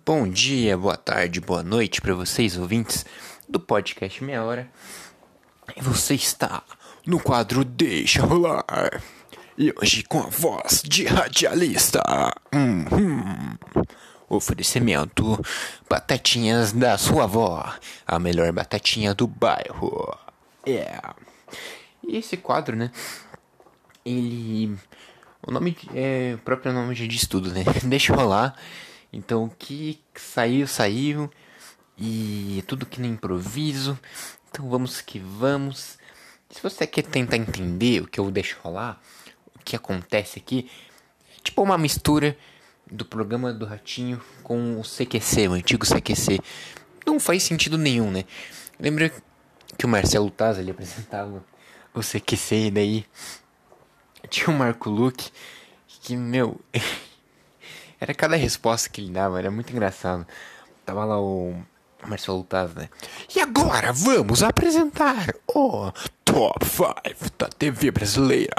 Bom dia, boa tarde, boa noite para vocês, ouvintes do podcast Meia Hora. E você está no quadro Deixa Rolar. E hoje com a voz de radialista. Oferecimento: batatinhas da sua avó, a melhor batatinha do bairro. Yeah. E esse quadro, né? O próprio nome já diz tudo, né? Deixa rolar. Então o que saiu. E tudo que no improviso. Então vamos que vamos. Se você quer tentar entender o que eu deixo rolar, o que acontece aqui, é tipo uma mistura do programa do Ratinho com o CQC, o antigo CQC. Não faz sentido nenhum, né? Lembra que o Marcelo Taz ele apresentava o CQC e daí tinha o Marco Luque que, era cada resposta que ele dava, era muito engraçado. Tava lá o Marcelo Taz, né? E agora vamos apresentar o Top 5 da TV brasileira.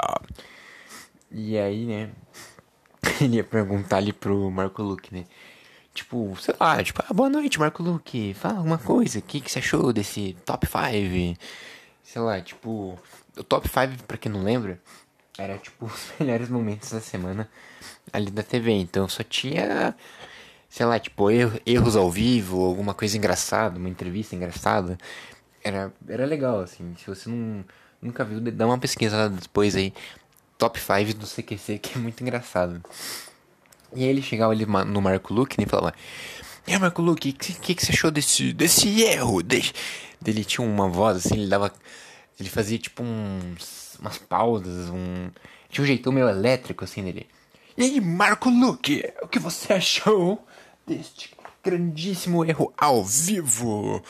E aí, né? Ele ia perguntar ali pro Marco Luque, né? Tipo, sei lá, boa noite, Marco Luque. Fala alguma coisa, o que você achou desse Top 5? Sei lá, tipo, o Top 5, pra quem não lembra, era tipo os melhores momentos da semana ali da TV. Então só tinha, sei lá, tipo, erros ao vivo, alguma coisa engraçada, uma entrevista engraçada. Era legal, assim. Se você nunca viu, dá uma pesquisada depois aí. Top 5 do CQC, que é muito engraçado. E aí ele chegava ali no Marco Luque e falava: E aí, Marco Luque, o que você achou desse erro? Ele tinha uma voz assim, ele fazia tipo umas pausas, tinha um jeitão meio elétrico assim dele. E aí, Marco Luque, o que você achou deste grandíssimo erro ao vivo?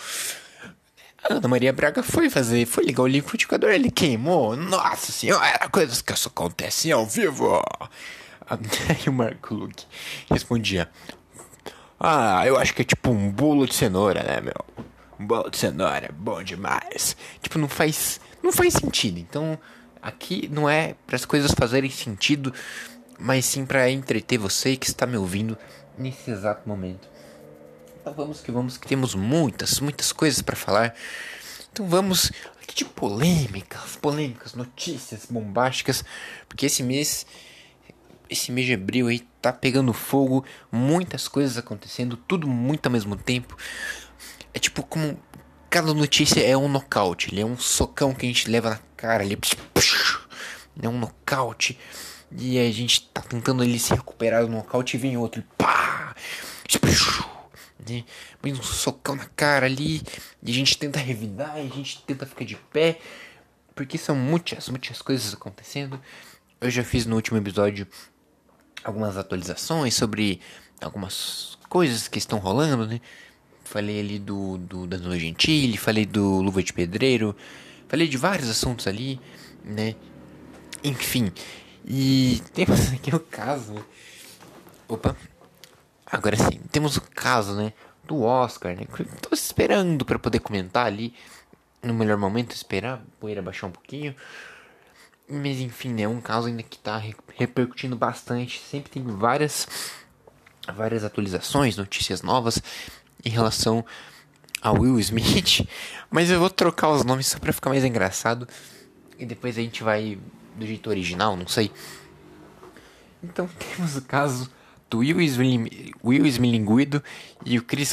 A Ana Maria Braga foi ligar o liquidificador, ele queimou. Nossa senhora, coisas que só acontecem ao vivo. Aí o Marco Luque respondia: eu acho que é tipo um bolo de cenoura, né, meu? Um bolo de cenoura é bom demais. Tipo, não faz sentido. Então, aqui não é para as coisas fazerem sentido, mas sim para entreter você que está me ouvindo nesse exato momento. Então vamos que temos muitas coisas para falar. Então vamos aqui de polêmicas, notícias bombásticas, porque esse mês de abril aí tá pegando fogo, muitas coisas acontecendo, tudo muito ao mesmo tempo. É tipo como cada notícia é um nocaute, ele é um socão que a gente leva na cara ali, é um nocaute. E a gente tá tentando ele se recuperar do nocaute e vem outro, pá! Né? Põe um socão na cara ali, e a gente tenta revidar, e a gente tenta ficar de pé, porque são muitas coisas acontecendo. Eu já fiz no último episódio algumas atualizações sobre algumas coisas que estão rolando, né? Falei ali do Danilo Gentili, falei do Luva de Pedreiro, falei de vários assuntos ali, né? Enfim, e temos aqui o caso. Opa, agora sim, temos o caso, né? Do Oscar, né? Que eu tô esperando para poder comentar ali no melhor momento, esperar a poeira baixar um pouquinho. Mas enfim, né? É um caso ainda que tá repercutindo bastante. Sempre tem várias atualizações, notícias novas em relação a Will Smith. Mas eu vou trocar os nomes só pra ficar mais engraçado. E depois a gente vai do jeito original, não sei. Então temos o caso do Will Smillinguido e o Chris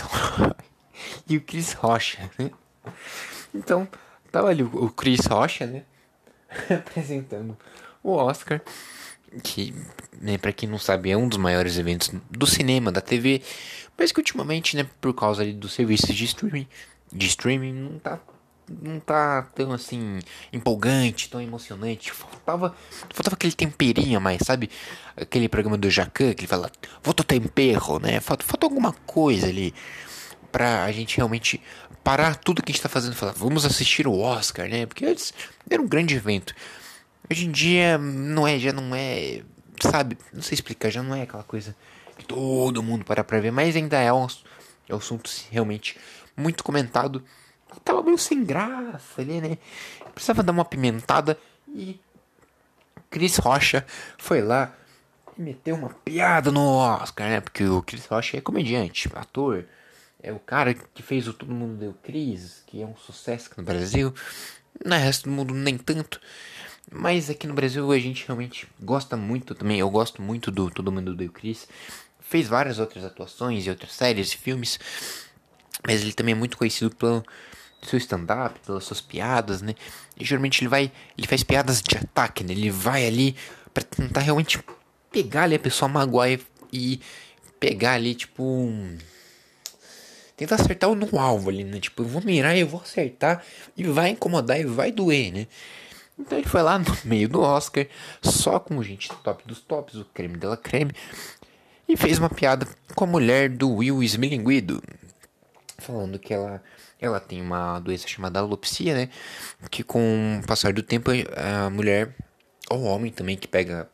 Rocha, né? Então, tava ali o Chris Rocha, né? Apresentando o Oscar, que, né, pra quem não sabe, é um dos maiores eventos do cinema, da TV, mas que ultimamente, né, por causa ali dos serviços de streaming não tá tão assim empolgante, tão emocionante. Faltava aquele temperinho a mais, sabe? Aquele programa do Jacan que ele fala, falta tempero, né? Falta alguma coisa ali pra gente realmente parar tudo que a gente tá fazendo e falar, vamos assistir o Oscar, né? Porque antes era um grande evento. Hoje em dia já não é, sabe? Não sei explicar, já não é aquela coisa que todo mundo para pra ver, mas ainda é um assunto realmente muito comentado. Tava meio sem graça ali, né? Precisava dar uma pimentada e Chris Rocha foi lá e meteu uma piada no Oscar, né? Porque o Chris Rocha é comediante, ator. É o cara que fez o Todo Mundo Deu Cris, que é um sucesso aqui no Brasil. No resto do mundo nem tanto. Mas aqui no Brasil a gente realmente gosta muito também. Eu gosto muito do Todo Mundo Deu Cris. Fez várias outras atuações e outras séries e filmes. Mas ele também é muito conhecido pelo seu stand-up, pelas suas piadas, né? E geralmente ele faz piadas de ataque, né? Ele vai ali pra tentar realmente pegar ali a pessoa, magoar e pegar ali, tipo, tentar acertar no alvo ali, né? Tipo, eu vou mirar e eu vou acertar e vai incomodar e vai doer, né? Então ele foi lá no meio do Oscar, só com gente top dos tops, o creme dela creme, e fez uma piada com a mulher do Will Smilinguido, falando que ela tem uma doença chamada alopecia, né? Que com o passar do tempo a mulher, ou o homem também que pega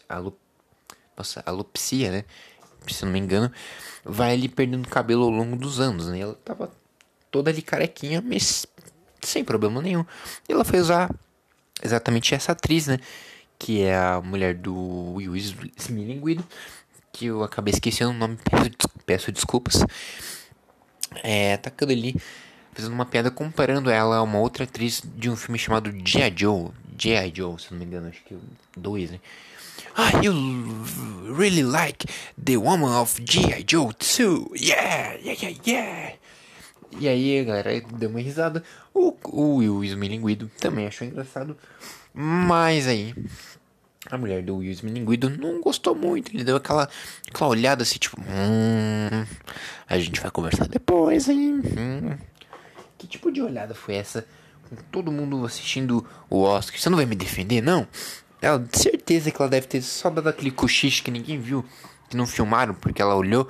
alopecia, né? Se não me engano, vai ali perdendo cabelo ao longo dos anos, né? Ela tava toda ali carequinha, mas sem problema nenhum. E ela foi usar exatamente essa atriz, né? Que é a mulher do Will Smith, que eu acabei esquecendo o nome, peço desculpas. Atacando ali, fazendo uma piada comparando ela a uma outra atriz de um filme chamado G.I. Joe. G.I. Joe, se não me engano, acho que o 2, né? Ah, you really like the woman of G.I. Joe too? Yeah, yeah, yeah, yeah. E aí, galera, deu uma risada. O Will Smilinguido também achou engraçado. Mas aí, a mulher do Will Smilinguido não gostou muito. Ele deu aquela olhada assim, tipo... a gente vai conversar depois, hein? Que tipo de olhada foi essa? Com todo mundo assistindo o Oscar. Você não vai me defender, não? Ela, de certeza que ela deve ter só dado aquele cochiche que ninguém viu. Que não filmaram, porque ela olhou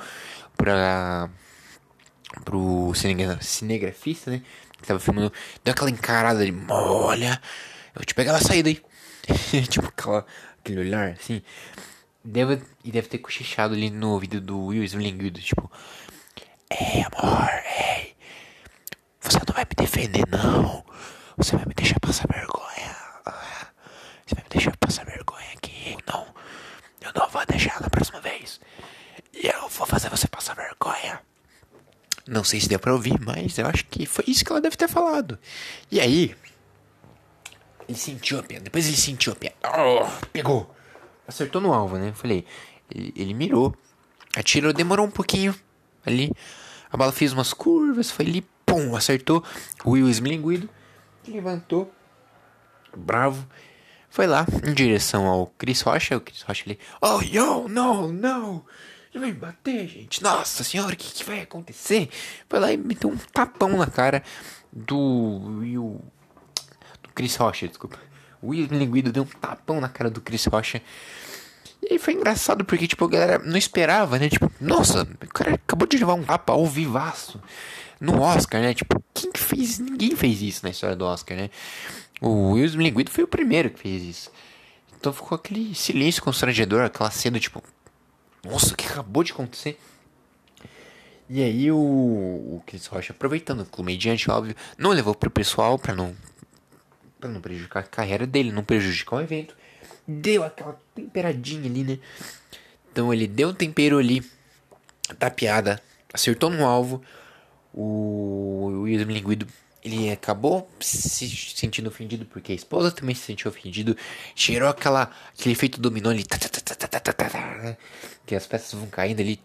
pro cinegrafista, né? Que tava filmando. Deu aquela encarada ali. Olha, eu vou te pegar na saída aí. Tipo, aquele olhar, assim. Deve ter cochichado ali no ouvido do Will Smith, tipo... Ei, amor, ei. Você não vai me defender, não. Você vai me deixar passar vergonha. Você vai me deixar passar vergonha aqui. Eu não vou deixar na próxima vez. E eu vou fazer você passar vergonha. Não sei se deu pra ouvir, mas eu acho que foi isso que ela deve ter falado. E aí, ele sentiu a piada. Depois ele sentiu a piada. Pegou. Acertou no alvo, né? Eu falei, ele mirou. Atirou, demorou um pouquinho ali. A bala fez umas curvas, foi ali, pum, acertou. O Will Smilinguido levantou, bravo, foi lá em direção ao Chris Rocha. O Chris Rocha ali, oh, yo, não, ele vai me bater, gente. Nossa senhora, o que vai acontecer? Foi lá e meteu um tapão na cara do Chris Rocha, desculpa. O Will Smilinguido deu um tapão na cara do Chris Rocha. E aí foi engraçado porque, tipo, a galera não esperava, né? Tipo, nossa, o cara acabou de levar um tapa ao vivaço no Oscar, né? Tipo, quem que fez? Ninguém fez isso na história do Oscar, né? O Will Smith foi o primeiro que fez isso. Então ficou aquele silêncio constrangedor, aquela cena, tipo, nossa, o que acabou de acontecer? E aí o Chris Rocha, aproveitando o comediante, óbvio, não levou pro pessoal pra não prejudicar a carreira dele, não prejudicar o evento. Deu aquela temperadinha ali, né? Então ele deu um tempero ali da piada, acertou no alvo. O Will Linguido, ele acabou se sentindo ofendido porque a esposa também se sentiu ofendido. Cheirou aquele efeito dominó ali, que as peças vão caindo ali.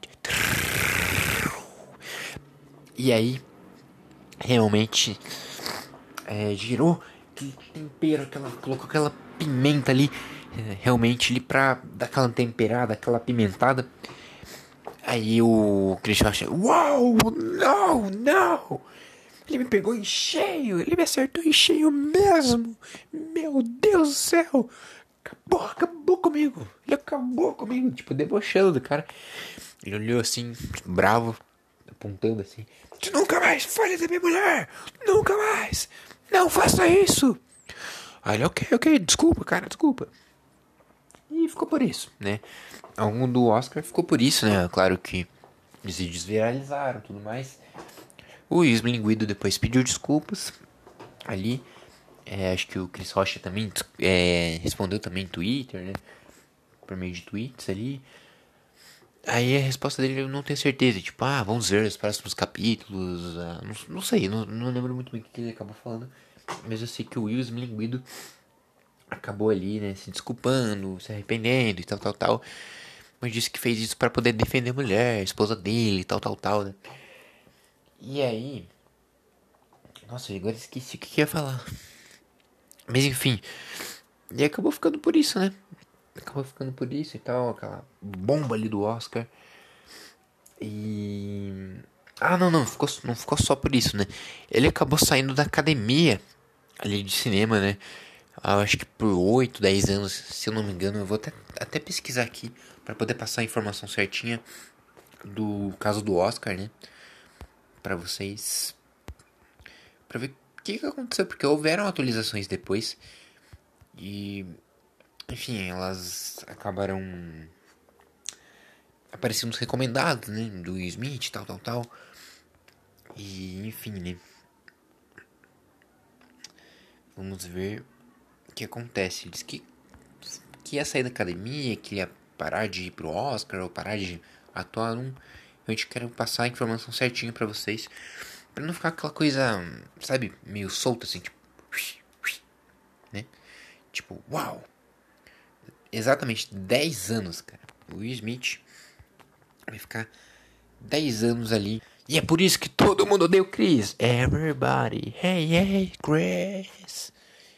E aí, realmente, girou aquele tempero, colocou aquela pimenta ali, realmente ali pra dar aquela temperada, aquela pimentada. Aí o Christian acha, uau, não, ele me pegou em cheio, ele me acertou em cheio mesmo, meu Deus do céu, acabou comigo, ele acabou comigo, tipo, debochando do cara. Ele olhou assim, bravo, apontando assim, nunca mais fale da minha mulher, nunca mais, não faça isso. Aí ele, ok, desculpa, cara, desculpa. E ficou por isso, né? Algum do Oscar ficou por isso, né? Claro que os vídeos viralizaram e tudo mais. O Smilinguido depois pediu desculpas ali. Acho que o Chris Rocha também respondeu também no Twitter, né? por meio de tweets ali. Aí a resposta dele eu não tenho certeza. Tipo, vamos ver os próximos capítulos. Não sei, não lembro muito bem o que ele acabou falando. Mas eu sei que o Will Smith acabou ali, né, se desculpando, se arrependendo e tal. Mas disse que fez isso pra poder defender a mulher, a esposa dele, tal, né. E aí... Nossa, agora esqueci o que ia falar. Mas enfim... E acabou ficando por isso, né? Acabou ficando por isso e tal, aquela bomba ali do Oscar. E... não ficou só por isso, né? Ele acabou saindo da academia ali de cinema, né? Eu acho que por 8, 10 anos, se eu não me engano. Eu vou até pesquisar aqui pra poder passar a informação certinha do caso do Oscar, né? Pra vocês, pra ver o que aconteceu, porque houveram atualizações depois. E, enfim, elas acabaram aparecendo nos recomendados, né? Do Smith, tal. E, enfim, né? Vamos ver o que acontece. Diz que ia sair da academia, que ia parar de ir pro Oscar ou parar de atuar. A gente quer passar a informação certinha pra vocês, pra não ficar aquela coisa, sabe, meio solta assim, tipo, né? Tipo, uau! Exatamente 10 anos, cara. O Will Smith vai ficar 10 anos ali. E é por isso que todo mundo odeia o Chris. Everybody, hey, Chris.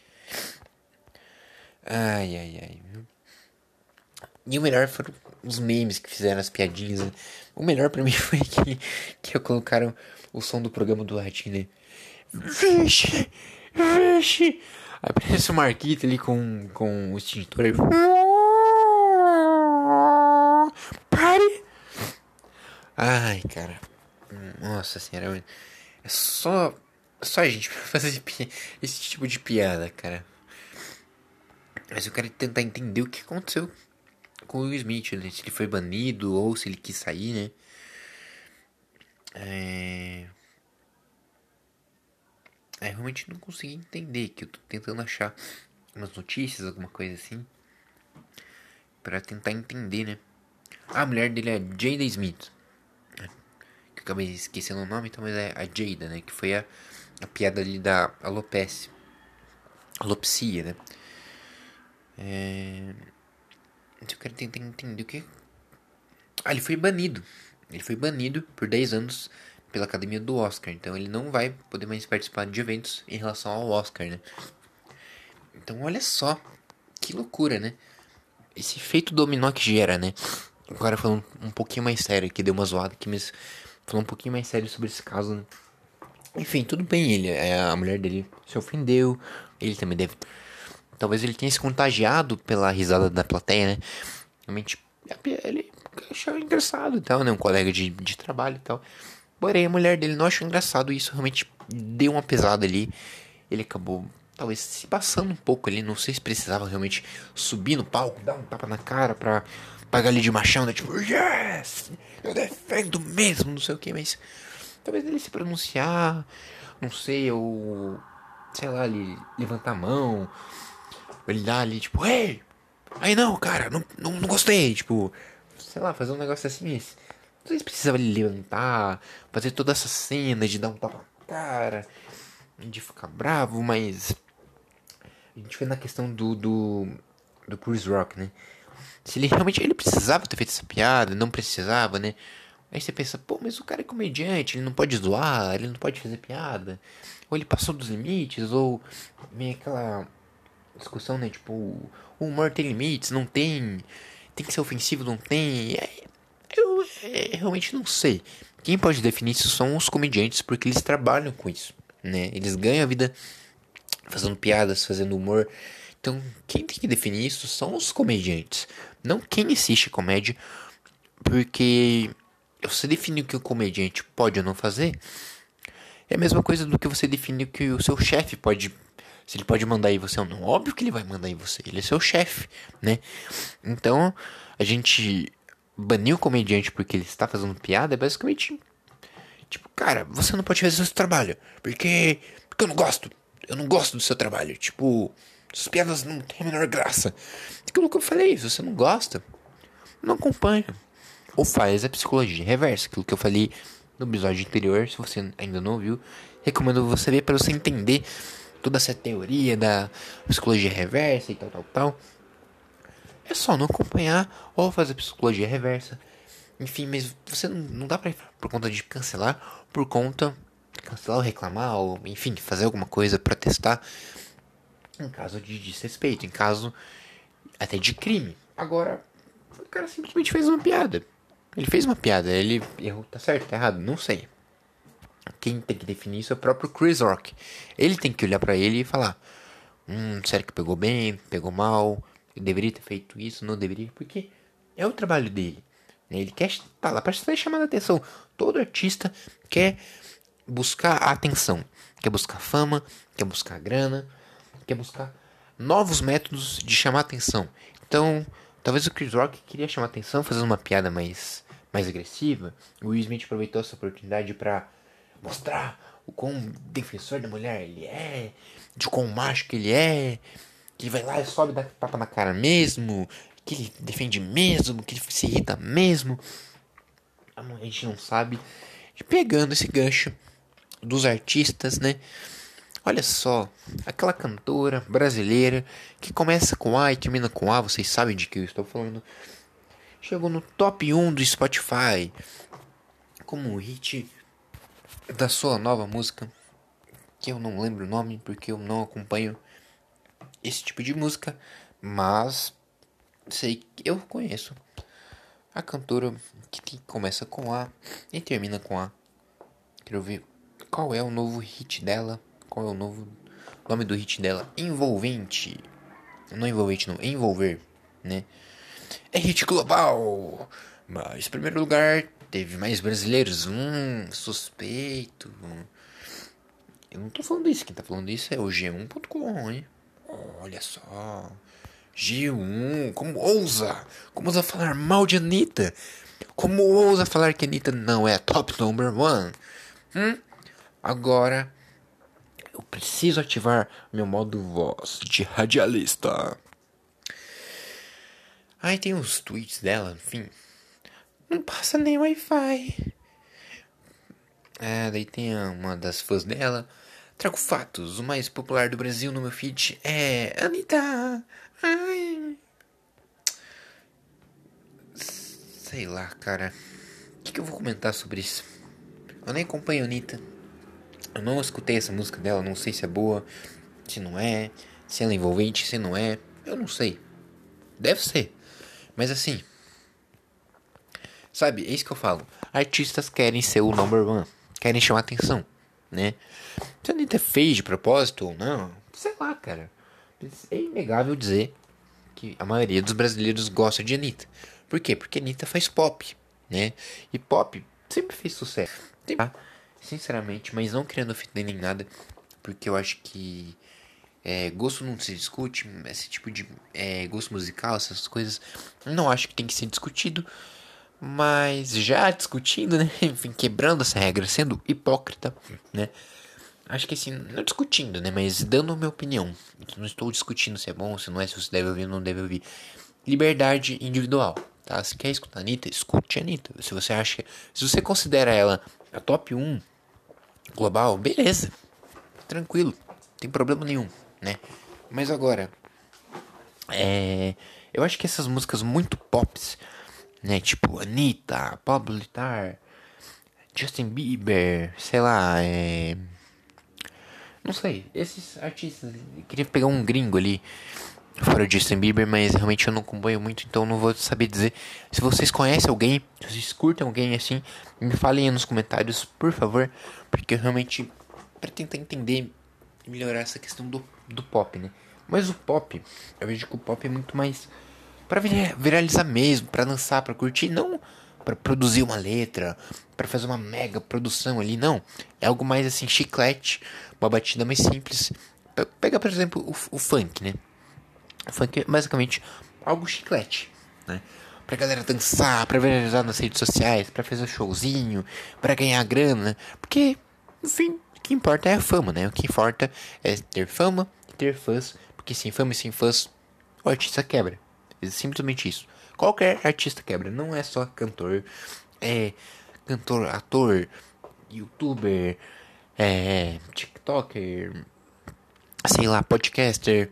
Ai. E o melhor foram os memes que fizeram as piadinhas, né? O melhor pra mim foi que colocaram o som do programa do Latim, né? Vixe! Aí aparece o Marquito ali com o extintor aí. Pare! Ai, cara. Nossa senhora. É só a gente pra fazer esse tipo de piada, cara. Mas eu quero tentar entender o que aconteceu com o Will Smith, né? Se ele foi banido ou se ele quis sair, né? Eu realmente não consegui entender, que eu tô tentando achar umas notícias, alguma coisa assim, pra tentar entender, né? A mulher dele é Jada Smith, que eu acabei esquecendo o nome, então, mas é a Jada, né? Que foi a piada ali da alopecia, né? Eu quero tentar entender o que... ele foi banido. Ele foi banido por 10 anos pela academia do Oscar. Então ele não vai poder mais participar de eventos em relação ao Oscar, né? Então olha só, que loucura, né? Esse efeito dominó que gera, né? Agora falando um pouquinho mais sério, que deu uma zoada aqui, mas falando um pouquinho mais sério sobre esse caso, né? Enfim, tudo bem, a mulher dele se ofendeu, ele também deve... Talvez ele tenha se contagiado pela risada da plateia, né? Realmente, ele achou engraçado e tal, né? Um colega de trabalho e tal. Porém, a mulher dele não achou engraçado e isso realmente deu uma pesada ali. Ele acabou, talvez, se passando um pouco ali. Não sei se precisava realmente subir no palco, dar um tapa na cara pra pagar ali de machão, né? Tipo, yes! Eu defendo mesmo, não sei o que, mas... Talvez ele se pronunciar, não sei, ou... Sei lá, ele levantar a mão. Ele dá ali, tipo, ei! Aí não, cara, não gostei, tipo... Sei lá, fazer um negócio assim, mas... Não sei se precisava ele levantar, fazer toda essa cena de dar um tapa na cara, de ficar bravo, mas... A gente vê na questão do Chris Rock, né? Se ele realmente ele precisava ter feito essa piada, não precisava, né? Aí você pensa, pô, mas o cara é comediante, ele não pode zoar, ele não pode fazer piada. Ou ele passou dos limites, ou meio aquela discussão, né? Tipo, o humor tem limites, não tem. Tem que ser ofensivo, não tem. Eu realmente não sei. Quem pode definir isso são os comediantes, porque eles trabalham com isso, né? Eles ganham a vida fazendo piadas, fazendo humor. Então, quem tem que definir isso são os comediantes, não quem assiste comédia, porque você definir o que o comediante pode ou não fazer é a mesma coisa do que você definir o que o seu chefe pode, se ele pode mandar em você ou não. Óbvio que ele vai mandar em você, ele é seu chefe, né? Então, a gente banir o comediante porque ele está fazendo piada é basicamente tipo, cara, você não pode fazer o seu trabalho porque eu não gosto. Eu não gosto do seu trabalho. Tipo, Suas piadas não têm a menor graça. Aquilo que eu falei, se você não gosta, não acompanha. Ou faz a psicologia reversa, aquilo que eu falei no episódio anterior. Se você ainda não ouviu, recomendo você ver para você entender toda essa teoria da psicologia reversa e tal. É só não acompanhar ou fazer psicologia reversa. Enfim, mas você não dá pra ir por conta de cancelar, por conta de cancelar ou reclamar, ou enfim, fazer alguma coisa, protestar, em caso de desrespeito, em caso até de crime. Agora, o cara simplesmente fez uma piada. Ele fez uma piada, ele errou, tá certo, tá errado, não sei. Quem tem que definir isso é o próprio Chris Rock. Ele tem que olhar pra ele e falar: será que pegou bem, pegou mal? Eu deveria ter feito isso, não deveria? Porque é o trabalho dele. Ele quer estar lá para chamar a atenção. Todo artista quer buscar a atenção, quer buscar fama, quer buscar grana, quer buscar novos métodos de chamar a atenção. Então, talvez o Chris Rock queria chamar a atenção fazendo uma piada mais agressiva. O Will Smith aproveitou essa oportunidade para mostrar o quão defensor da mulher ele é, de quão macho que ele é, que ele vai lá e sobe e dá tapa na cara mesmo, que ele defende mesmo, que ele se irrita mesmo. A gente não sabe. Pegando esse gancho dos artistas, né? Olha só, aquela cantora brasileira que começa com A e termina com A, vocês sabem de que eu estou falando. Chegou no top 1 do Spotify como um hit da sua nova música, que eu não lembro o nome porque eu não acompanho esse tipo de música, mas sei que eu conheço a cantora que começa com A e termina com A. Quero ver qual é o novo hit dela, qual é o novo nome do hit dela. Envolvente. Não envolvente, não, envolver, né? É hit global, mas em primeiro lugar teve mais brasileiros. Suspeito. Eu não tô falando isso, quem tá falando isso é o G1.com, hein? Olha só. G1, como ousa? Como ousa falar mal de Anitta? Como ousa falar que a Anitta não é top number one? Agora eu preciso ativar meu modo voz de radialista. Aí tem os tweets dela, enfim. Não passa nem Wi-Fi. Daí tem uma das fãs dela. Trago fatos. O mais popular do Brasil no meu feed é Anitta. Ai. Sei lá, cara. O que eu vou comentar sobre isso? Eu nem acompanho a Anitta. Eu não escutei essa música dela. Não sei se é boa, se não é. Se ela é envolvente, se não é. Eu não sei. Deve ser. Mas assim, sabe, é isso que eu falo. Artistas querem ser o number one. Querem chamar atenção, né? Se a Anitta fez de propósito ou não, sei lá, cara. É inegável dizer que a maioria dos brasileiros gosta de Anitta. Por quê? Porque a Anitta faz pop, né? E pop sempre fez sucesso. Sinceramente, mas não querendo ofender nem nada. Porque eu acho que gosto não se discute. Esse tipo de gosto musical, essas coisas, não acho que tem que ser discutido. Mas já discutindo, né? Enfim, quebrando essa regra, sendo hipócrita, né? Acho que assim, não discutindo, né? Mas dando a minha opinião. Não estou discutindo se é bom, se não é, se você deve ouvir ou não deve ouvir. Liberdade individual, tá? Se quer escutar a Anitta, escute a Anitta. Se você acha, se você considera ela a top 1 global, beleza. Tranquilo, não tem problema nenhum, né? Mas agora, eu acho que essas músicas muito pops, né? Tipo Anitta, Pablo Vittar, Justin Bieber, sei lá, não sei, esses artistas. Eu queria pegar um gringo ali, fora o Justin Bieber, mas realmente eu não acompanho muito, então não vou saber dizer. Se vocês conhecem alguém, se vocês curtem alguém assim, me falem aí nos comentários, por favor, porque eu realmente, pra tentar entender e melhorar essa questão do pop, né? Mas o pop, eu vejo que o pop é muito mais pra viralizar mesmo, pra lançar, pra curtir, não pra produzir uma letra, pra fazer uma mega produção ali, não. É algo mais assim, chiclete, uma batida mais simples. Pega, por exemplo, o funk, né? O funk é basicamente algo chiclete, né? Pra galera dançar, pra viralizar nas redes sociais, pra fazer um showzinho, pra ganhar grana. Porque, enfim, o que importa é a fama, né? O que importa é ter fama e ter fãs. Porque sem fama e sem fãs, o artista quebra. É simplesmente isso. Qualquer artista quebra. Não é só cantor. É cantor, ator, youtuber, tiktoker, sei lá, podcaster,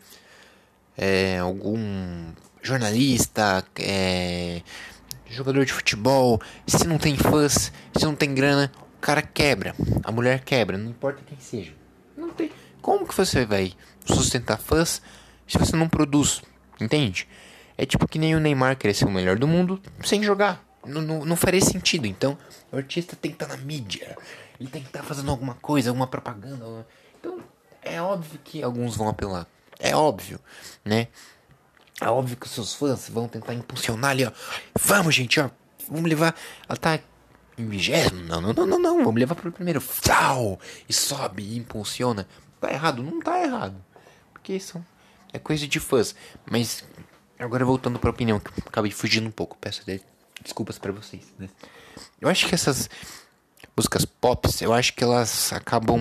algum jornalista, jogador de futebol. Se não tem fãs, se não tem grana, o cara quebra. A mulher quebra, não importa quem seja. Não tem. Como que você vai sustentar fãs se você não produz? Entende? É tipo que nem o Neymar querer ser o melhor do mundo sem jogar. Não faria sentido. Então, o artista tem que estar na mídia. Ele tem que estar fazendo alguma coisa, alguma propaganda. Então, é óbvio que alguns vão apelar. É óbvio, né? É óbvio que os seus fãs vão tentar impulsionar ali, ó. Vamos, gente, ó. Vamos levar. Ela tá em 20º? Não. Vamos levar pro primeiro. Tchau! E sobe e impulsiona. Tá errado? Não tá errado. Porque é coisa de fãs. Mas agora voltando pra opinião, que eu acabei fugindo um pouco. Peço desculpas pra vocês, né? Eu acho que essas músicas pop, eu acho que elas acabam.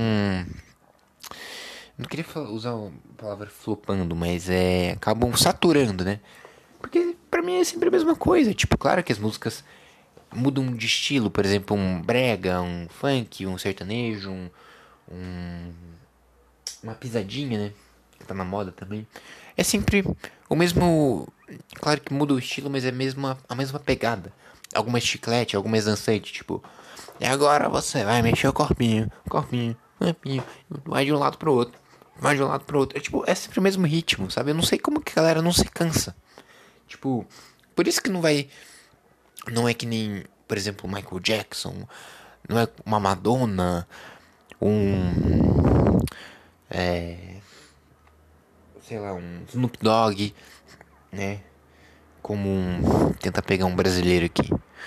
Não queria usar a palavra flopando, mas acabam saturando, né? Porque pra mim é sempre a mesma coisa. Tipo, claro que as músicas mudam de estilo. Por exemplo, um brega, um funk, um sertanejo, uma pisadinha, né? Que tá na moda também. É sempre o mesmo. Claro que muda o estilo, mas é a mesma pegada. Alguma chiclete, alguma dançante, tipo. E agora você vai mexer o corpinho, corpinho. Vai de um lado pro outro. Vai de um lado pro outro. É sempre o mesmo ritmo, sabe? Eu não sei como que a galera não se cansa. Tipo, por isso que não vai. Não é que nem, por exemplo, Michael Jackson. Não é uma Madonna. Sei lá, um Snoop Dogg, né? Tentar pegar um brasileiro aqui.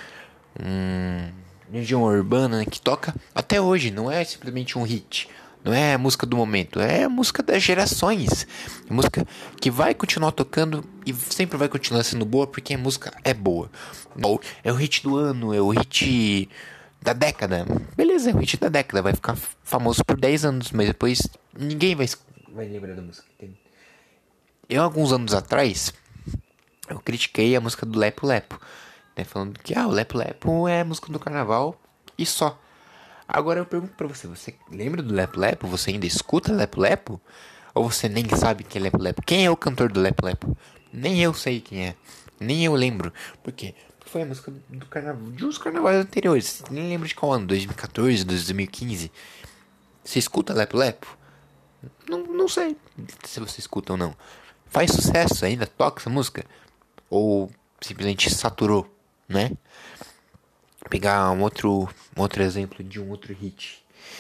Legião Urbana, né, que toca até hoje, não é simplesmente um hit. Não é a música do momento, é a música das gerações. É música que vai continuar tocando e sempre vai continuar sendo boa porque a música é boa. É o hit do ano, é o hit da década. Beleza, é o hit da década, vai ficar famoso por 10 anos, mas depois ninguém vai lembrar da música. Entende? Eu, alguns anos atrás, eu critiquei a música do Lepo Lepo, né, falando que o Lepo Lepo é a música do carnaval e só. Agora eu pergunto pra você, você lembra do Lepo Lepo? Você ainda escuta Lepo Lepo? Ou você nem sabe quem é Lepo Lepo? Quem é o cantor do Lepo Lepo? Nem eu sei quem é. Nem eu lembro. Por quê? Porque foi a música do carnaval, de uns carnavais anteriores. Nem lembro de qual ano, 2014, 2015. Você escuta Lepo Lepo? Não sei se você escuta ou não. Faz sucesso, ainda toca essa música? Ou simplesmente saturou, né? Pegar um outro exemplo de um outro hit.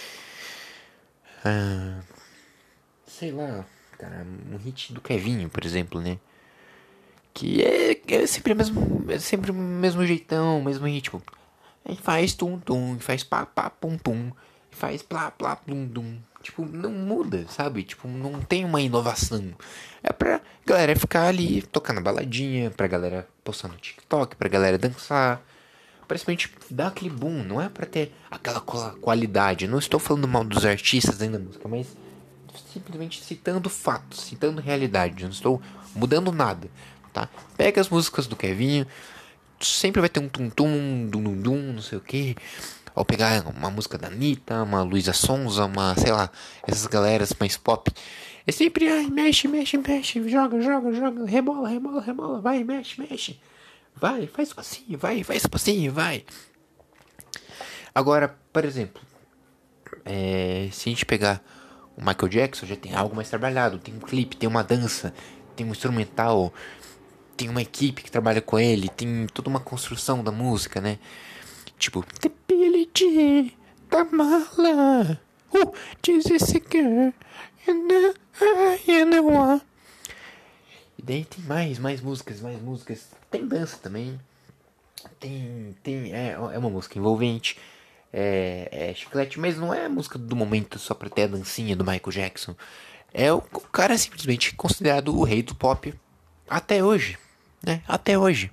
Sei lá, cara, um hit do Kevinho, por exemplo, né? Que é sempre o mesmo jeitão, o mesmo ritmo. Aí faz tum tum, faz pá pá pum pum, faz plá plá plum dum. Tipo, não muda, sabe? Tipo, não tem uma inovação. É pra galera ficar ali, tocar na baladinha, pra galera postar no TikTok, pra galera dançar. Principalmente dar aquele boom, não é pra ter aquela qualidade. Eu não estou falando mal dos artistas ainda da música, mas simplesmente citando fatos, citando realidade. Eu não estou mudando nada, tá? Pega as músicas do Kevinho, sempre vai ter um tum-tum, dum-dum-dum, não sei o que. Ou pegar uma música da Anitta, uma Luísa Sonza, sei lá, essas galeras mais pop. É sempre, ai, mexe, mexe, mexe, joga, joga, joga, rebola, rebola, rebola, vai, mexe, mexe. Vai, faz passinho, vai, faz passinho, vai. Agora, por exemplo, se a gente pegar o Michael Jackson, já tem algo mais trabalhado. Tem um clipe, tem uma dança, tem um instrumental, tem uma equipe que trabalha com ele, tem toda uma construção da música, né? Tipo, The Billie Jean da mala. Diz esse girl. You know what? E daí tem mais músicas, mais músicas. Tem dança também. É uma música envolvente. É chiclete, mas não é a música do momento só pra ter a dancinha do Michael Jackson. O cara é simplesmente considerado o rei do pop até hoje, né? Até hoje.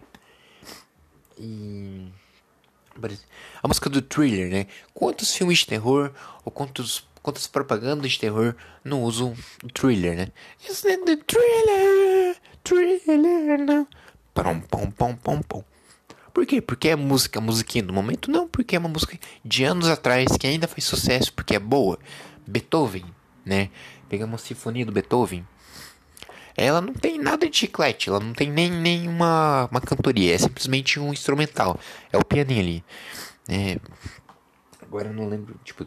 E a música do Thriller, né? Quantos filmes de terror ou quantas propagandas de terror não usam o thriller, né? It's not the thriller, thriller, não. Pom, pom, pom, pom, pom. Por quê? Porque é música, a musiquinha do momento? Não, porque é uma música de anos atrás que ainda faz sucesso porque é boa. Beethoven, né? Pegamos uma sinfonia do Beethoven. Ela não tem nada de chiclete, ela não tem nem uma cantoria, é simplesmente um instrumental. É o pianinho ali. É, agora eu não lembro, tipo.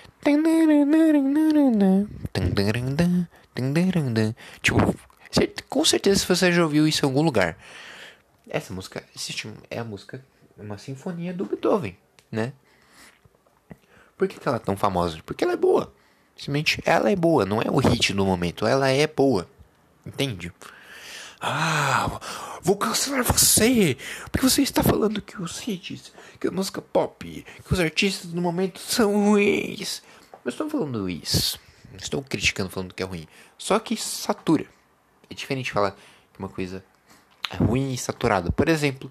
Tipo, com certeza você já ouviu isso em algum lugar. Essa música é a música, uma sinfonia do Beethoven, né? Por que ela é tão famosa? Porque ela é boa. Simplesmente ela é boa, não é o hit do momento, ela é boa. Entende? Ah, vou cancelar você, porque você está falando que os hits, que a música pop, que os artistas do momento são ruins. Mas estou falando isso. Não estou criticando falando que é ruim. Só que satura. É diferente falar que uma coisa é ruim e saturada. Por exemplo,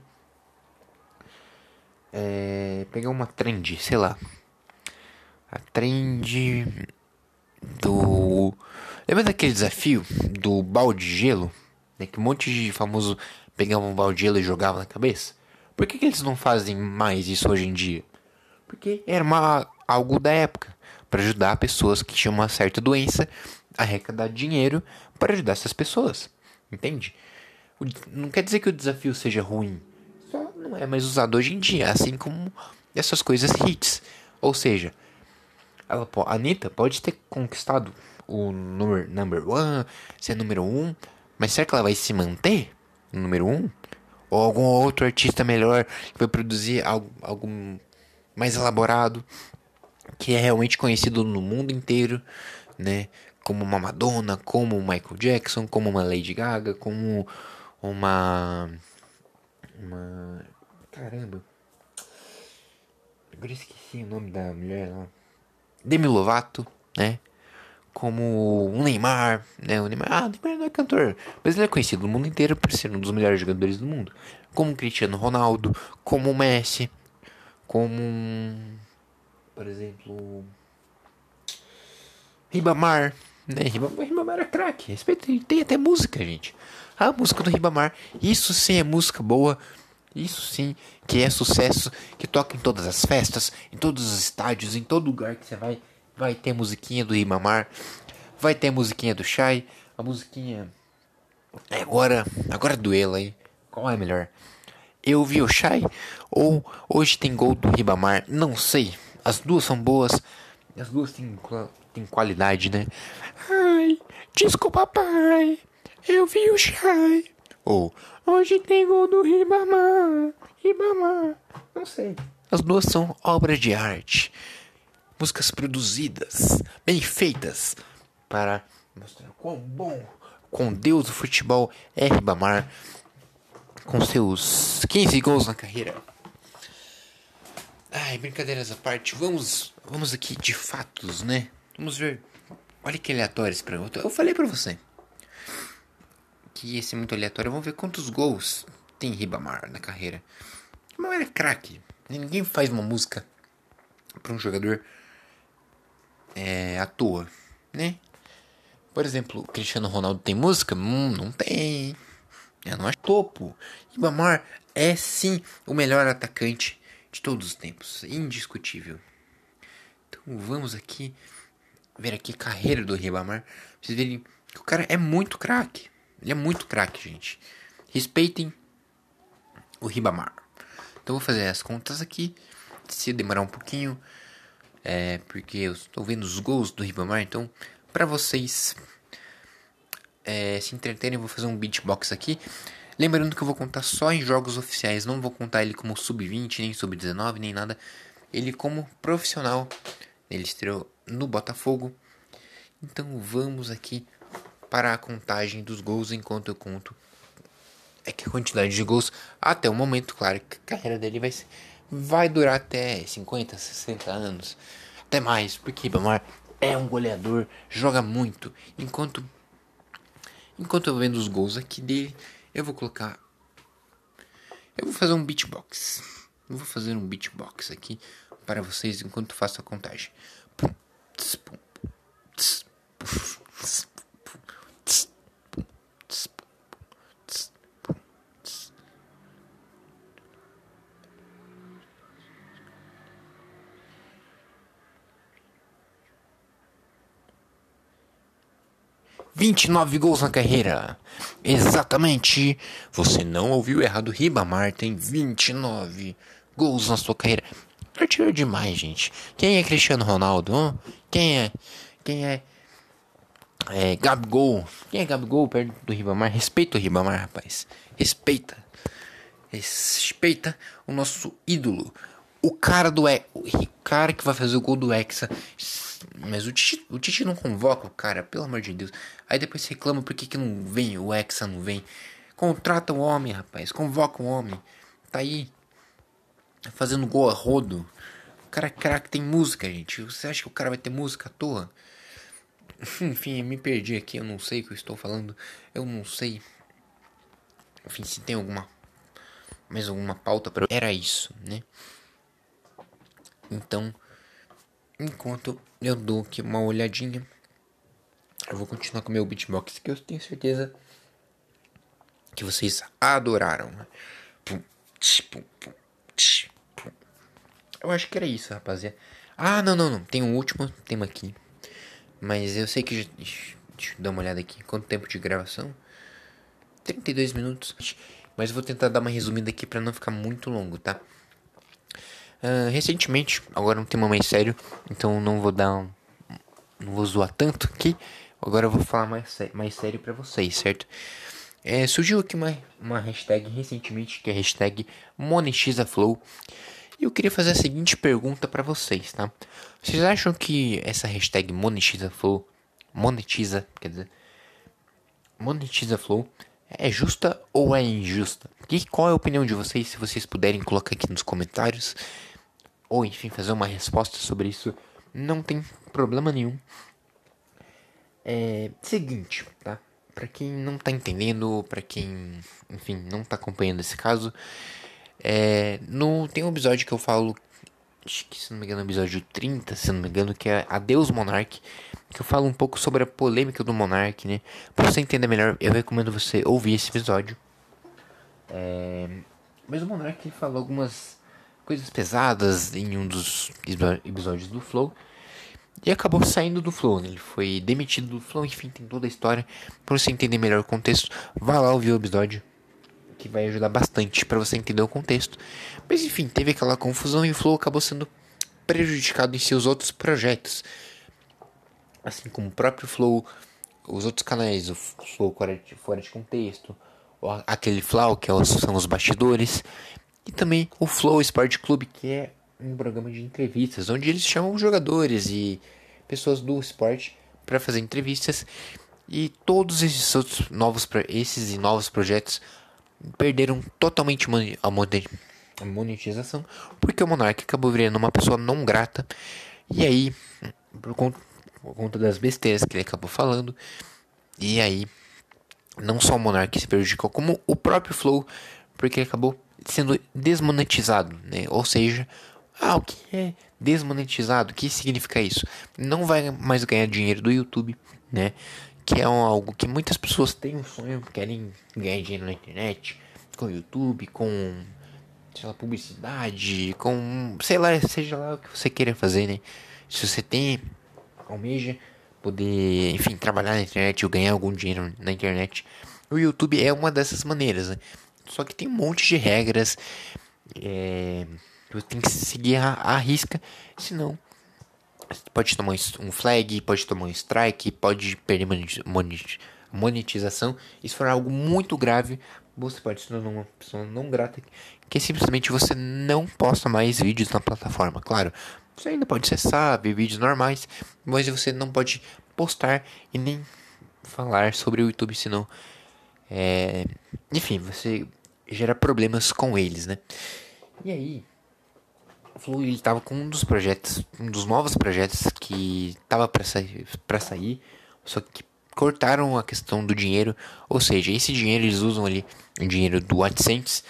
pegar uma trend, sei lá. A trend do... Lembra daquele desafio do balde de gelo? Né, que um monte de famoso pegava um balde de gelo e jogava na cabeça? Por que eles não fazem mais isso hoje em dia? Porque era algo da época. Para ajudar pessoas que tinham uma certa doença a arrecadar dinheiro para ajudar essas pessoas. Entende? Não quer dizer que o desafio seja ruim. Só não é mais usado hoje em dia. Assim como essas coisas hits. Ou seja, a Anitta pode ter conquistado o number one, ser número um, mas será que ela vai se manter no número um? Ou algum outro artista melhor que vai produzir algo mais elaborado, que é realmente conhecido no mundo inteiro, né? Como uma Madonna, como um Michael Jackson, como uma Lady Gaga, como uma caramba, agora esqueci o nome da mulher lá. Demi Lovato, né? Como o Neymar, né? O Neymar não é cantor, mas ele é conhecido no mundo inteiro por ser um dos melhores jogadores do mundo. Como o Cristiano Ronaldo, como o Messi, como, por exemplo, Ribamar, né? Ribamar é craque, respeita, tem até música, gente. A música do Ribamar, isso sim é música boa, isso sim que é sucesso, que toca em todas as festas, em todos os estádios, em todo lugar que você vai ter musiquinha do Ribamar, vai ter musiquinha do Shai, a musiquinha agora duelo aí. Qual é melhor? Eu vi o Shai ou hoje tem gol do Ribamar? Não sei. As duas são boas. As duas têm qualidade, né? Ai, desculpa, pai. Eu vi o Shai. Ou hoje tem gol do Ribamar. Ribamar. Não sei. As duas são obras de arte. Músicas produzidas, bem feitas, para mostrar quão bom, com Deus do futebol é Ribamar, com seus 15 gols na carreira. Ai, brincadeiras à parte, vamos aqui de fatos, né? Vamos ver. Olha que aleatório esse programa. Eu falei pra você que esse é muito aleatório. Vamos ver quantos gols tem Ribamar na carreira. Ribamar é craque. Ninguém faz uma música pra um jogador à toa, né? Por exemplo, o Cristiano Ronaldo tem música? Não tem. Eu não acho topo. Ribamar é sim o melhor atacante de todos os tempos. Indiscutível. Então vamos aqui ver aqui a carreira do Ribamar. Pra vocês verem que o cara é muito craque. Ele é muito craque, gente. Respeitem o Ribamar. Então vou fazer as contas aqui. Se demorar um pouquinho. Porque eu estou vendo os gols do Ribamar. Então, para vocês se entreterem, eu vou fazer um beatbox aqui. Lembrando que eu vou contar só em jogos oficiais. Não vou contar ele como sub-20, nem sub-19, nem nada. Ele como profissional. Ele estreou no Botafogo. Então vamos aqui para a contagem dos gols enquanto eu conto. É que a quantidade de gols até o momento, claro que a carreira dele vai durar até 50, 60 anos. Até mais, porque Ribamar é um goleador, joga muito. Enquanto eu vendo os gols aqui dele, eu vou fazer um beatbox. Eu vou fazer um beatbox aqui para vocês enquanto faço a contagem. Pum, tss, pum, 29 gols na carreira. Exatamente. Você não ouviu errado. Ribamar tem 29 gols na sua carreira. Artilheiro demais, gente. Quem é Cristiano Ronaldo? Hein? Quem é Gabigol? Quem é Gabigol perto do Ribamar? Respeita o Ribamar, rapaz. Respeita o nosso ídolo. O cara que vai fazer o gol do Hexa. Mas o Tite não convoca o cara, pelo amor de Deus. Aí depois reclama por que não vem, o Hexa não vem. Contrata o homem, rapaz. Convoca o homem. Tá aí fazendo gol a rodo. O cara é craque, tem música, gente. Você acha que o cara vai ter música à toa? Enfim, eu me perdi aqui. Eu não sei o que eu estou falando. Eu não sei. Enfim, se tem mais alguma pauta para... Era isso, né? Então, enquanto eu dou aqui uma olhadinha, eu vou continuar com o meu beatbox, que eu tenho certeza que vocês adoraram. Eu acho que era isso, rapaziada. Ah, não. Tem um último tema aqui. Mas eu sei que... Deixa eu dar uma olhada aqui. Quanto tempo de gravação? 32 minutos. Mas eu vou tentar dar uma resumida aqui pra não ficar muito longo, tá? Recentemente, agora um tema mais sério, então não vou zoar tanto aqui. Agora eu vou falar mais sério pra vocês, certo? Surgiu aqui uma hashtag recentemente, que é a hashtag MonetizaFlow. E eu queria fazer a seguinte pergunta pra vocês, tá? Vocês acham que essa hashtag MonetizaFlow, MonetizaFlow, é justa ou é injusta? Qual é a opinião de vocês? Se vocês puderem colocar aqui nos comentários, ou enfim, fazer uma resposta sobre isso, não tem problema nenhum. Seguinte, tá? Pra quem não tá entendendo, pra quem, enfim, não tá acompanhando esse caso, tem um episódio que eu falo, acho que se não me engano é o episódio 30, se não me engano, que é Adeus Monark, que eu falo um pouco sobre a polêmica do Monark, né? Pra você entender melhor, eu recomendo você ouvir esse episódio. Mas o Monark falou algumas coisas pesadas em um dos episódios do Flow e acabou saindo do Flow, né? Ele foi demitido do Flow, enfim, tem toda a história. Pra você entender melhor o contexto, vá lá ouvir o episódio, que vai ajudar bastante pra você entender o contexto. Mas enfim, teve aquela confusão e o Flow acabou sendo prejudicado em seus outros projetos, assim como o próprio Flow, os outros canais, o Flow fora de contexto, aquele Flow que são os bastidores, e também o Flow Sport Clube, que é um programa de entrevistas, onde eles chamam jogadores e pessoas do esporte para fazer entrevistas. E todos esses outros novos projetos perderam totalmente a monetização, porque o Monark acabou virando uma pessoa não grata. E aí, por conta das besteiras que ele acabou falando, e aí não só o Monark se prejudicou, como o próprio Flow, porque ele acabou sendo desmonetizado, né? Ou seja, o que é desmonetizado? O que significa isso? Não vai mais ganhar dinheiro do YouTube, né? Que é algo que muitas pessoas têm um sonho, querem ganhar dinheiro na internet, com o YouTube, com, sei lá, publicidade, com, sei lá, seja lá o que você queira fazer, né? Se você almeja poder, enfim, trabalhar na internet ou ganhar algum dinheiro na internet, o YouTube é uma dessas maneiras, né? Só que tem um monte de regras, você tem que seguir a risca, senão pode tomar um flag, pode tomar um strike, pode perder monetização. Isso for algo muito grave, você pode se tornar uma pessoa não grata, que simplesmente você não posta mais vídeos na plataforma. Claro, você ainda pode acessar, ver vídeos normais, mas você não pode postar e nem falar sobre o YouTube, senão enfim, você gera problemas com eles, né? E aí, o Flow ele tava com um dos novos projetos que tava para sair, só que cortaram a questão do dinheiro, ou seja, esse dinheiro eles usam ali o dinheiro do AdSense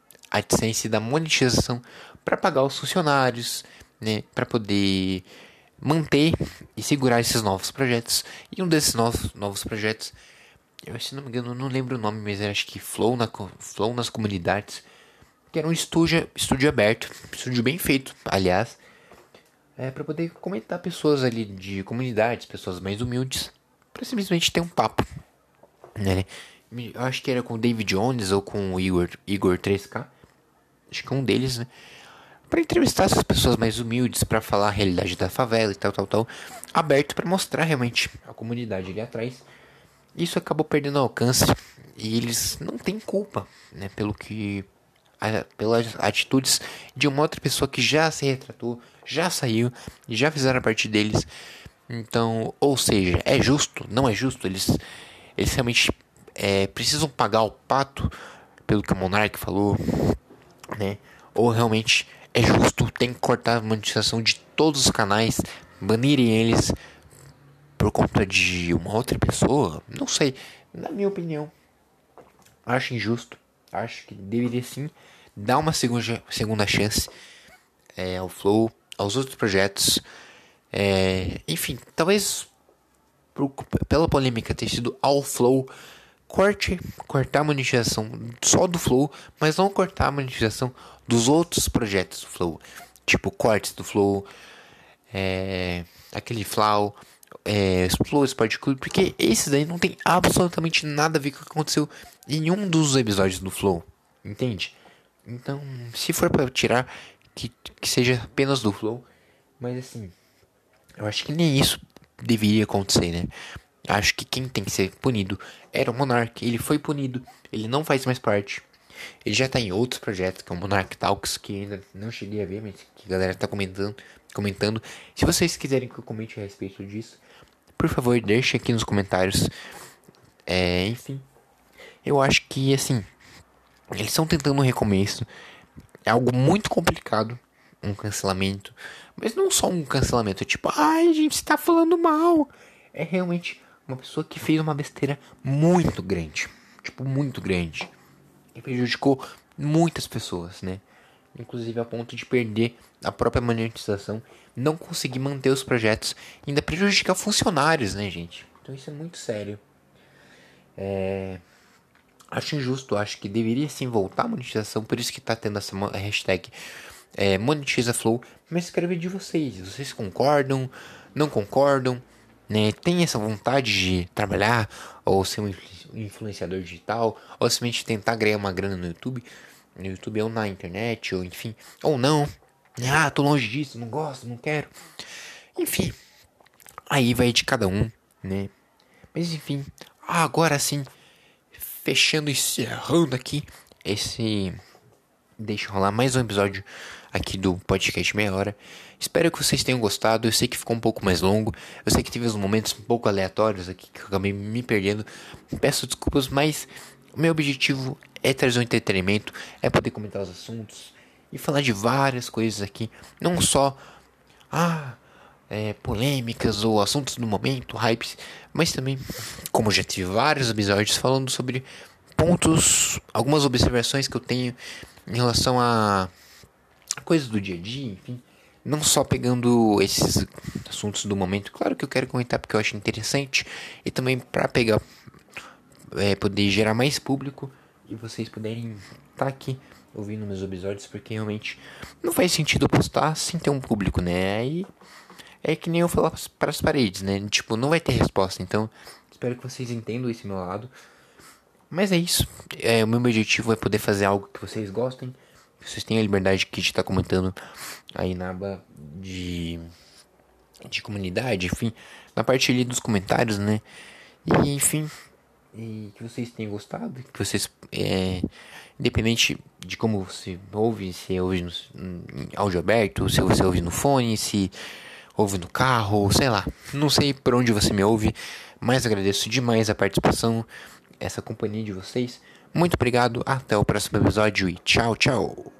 da monetização para pagar os funcionários, né, para poder manter e segurar esses novos projetos. E um desses novos projetos, eu, se não me engano, não lembro o nome, mas eu acho que Flow nas comunidades, que era um estúdio aberto, estúdio bem feito, aliás, para poder comentar pessoas ali de comunidades, pessoas mais humildes, para simplesmente ter um papo, né? Eu acho que era com o David Jones ou com o Igor 3K, acho que é um deles, né? Para entrevistar essas pessoas mais humildes, para falar a realidade da favela e tal, aberto para mostrar realmente a comunidade ali atrás. Isso acabou perdendo alcance e eles não têm culpa, né, pelas atitudes de uma outra pessoa que já se retratou, já saiu e já fizeram a parte deles. Então, ou seja, é justo? Não é justo? Eles realmente precisam pagar o pato pelo que o Monark falou, né? Ou realmente é justo? Tem que cortar a monetização de todos os canais, banirem eles por conta de uma outra pessoa? Não sei. Na minha opinião, acho injusto. Acho que deveria sim dar uma segunda chance ao Flow, aos outros projetos. Enfim, talvez pela polêmica ter sido ao Flow, cortar a monetização só do Flow, mas não cortar a monetização dos outros projetos do Flow. Tipo, cortes do Flow, aquele Flow, Flow Sport Club, porque esses daí não tem absolutamente nada a ver com o que aconteceu em um dos episódios do Flow, entende? Então, se for pra tirar, que seja apenas do Flow, mas assim, eu acho que nem isso deveria acontecer, né? Acho que quem tem que ser punido era o Monark. Ele foi punido, ele não faz mais parte. Ele já tá em outros projetos, que é o Monark Talks, que ainda não cheguei a ver, mas que a galera tá comentando. Se vocês quiserem que eu comente a respeito disso, por favor, deixe aqui nos comentários. Enfim, eu acho que, assim, eles estão tentando um recomeço. É algo muito complicado, um cancelamento. Mas não só um cancelamento, tipo, ai, gente, você tá falando mal. É realmente uma pessoa que fez uma besteira muito grande. Tipo, muito grande. E prejudicou muitas pessoas, né? Inclusive a ponto de perder a própria monetização, não conseguir manter os projetos, ainda prejudicar funcionários, né, gente? Então isso é muito sério. Acho injusto, acho que deveria sim voltar a monetização, por isso que tá tendo essa hashtag monetizaflow. Mas escreve de vocês concordam, não concordam, né? Tem essa vontade de trabalhar ou ser um influenciador digital, ou simplesmente tentar ganhar uma grana no YouTube ou na internet, ou enfim, ou não. Ah, tô longe disso, não gosto, não quero. Enfim, aí vai de cada um, né? Mas enfim, agora sim, fechando e encerrando aqui esse. Deixa rolar mais um episódio aqui do podcast Meia Hora. Espero que vocês tenham gostado. Eu sei que ficou um pouco mais longo. Eu sei que teve uns momentos um pouco aleatórios aqui que eu acabei me perdendo. Peço desculpas, mas o meu objetivo é trazer um entretenimento, é poder comentar os assuntos e falar de várias coisas aqui. Não só polêmicas ou assuntos do momento, hypes, mas também, como já tive vários episódios falando sobre pontos, algumas observações que eu tenho em relação a coisas do dia a dia, enfim. Não só pegando esses assuntos do momento, claro que eu quero comentar porque eu acho interessante, e também para pegar, poder gerar mais público e vocês puderem estar aqui ouvindo meus episódios, porque realmente não faz sentido postar sem ter um público, né? Aí é que nem eu falar para as paredes, né? Tipo, não vai ter resposta, então espero que vocês entendam esse meu lado. Mas é isso. O meu objetivo é poder fazer algo que vocês gostem. Que vocês tenham a liberdade de estar comentando aí na aba de comunidade, enfim, na parte ali dos comentários, né? E enfim, e que vocês tenham gostado, que vocês, independente de como você ouve, se ouve em áudio aberto, se você ouve no fone, se ouve no carro, sei lá, não sei por onde você me ouve, mas agradeço demais a participação, essa companhia de vocês. Muito obrigado, até o próximo episódio e tchau, tchau.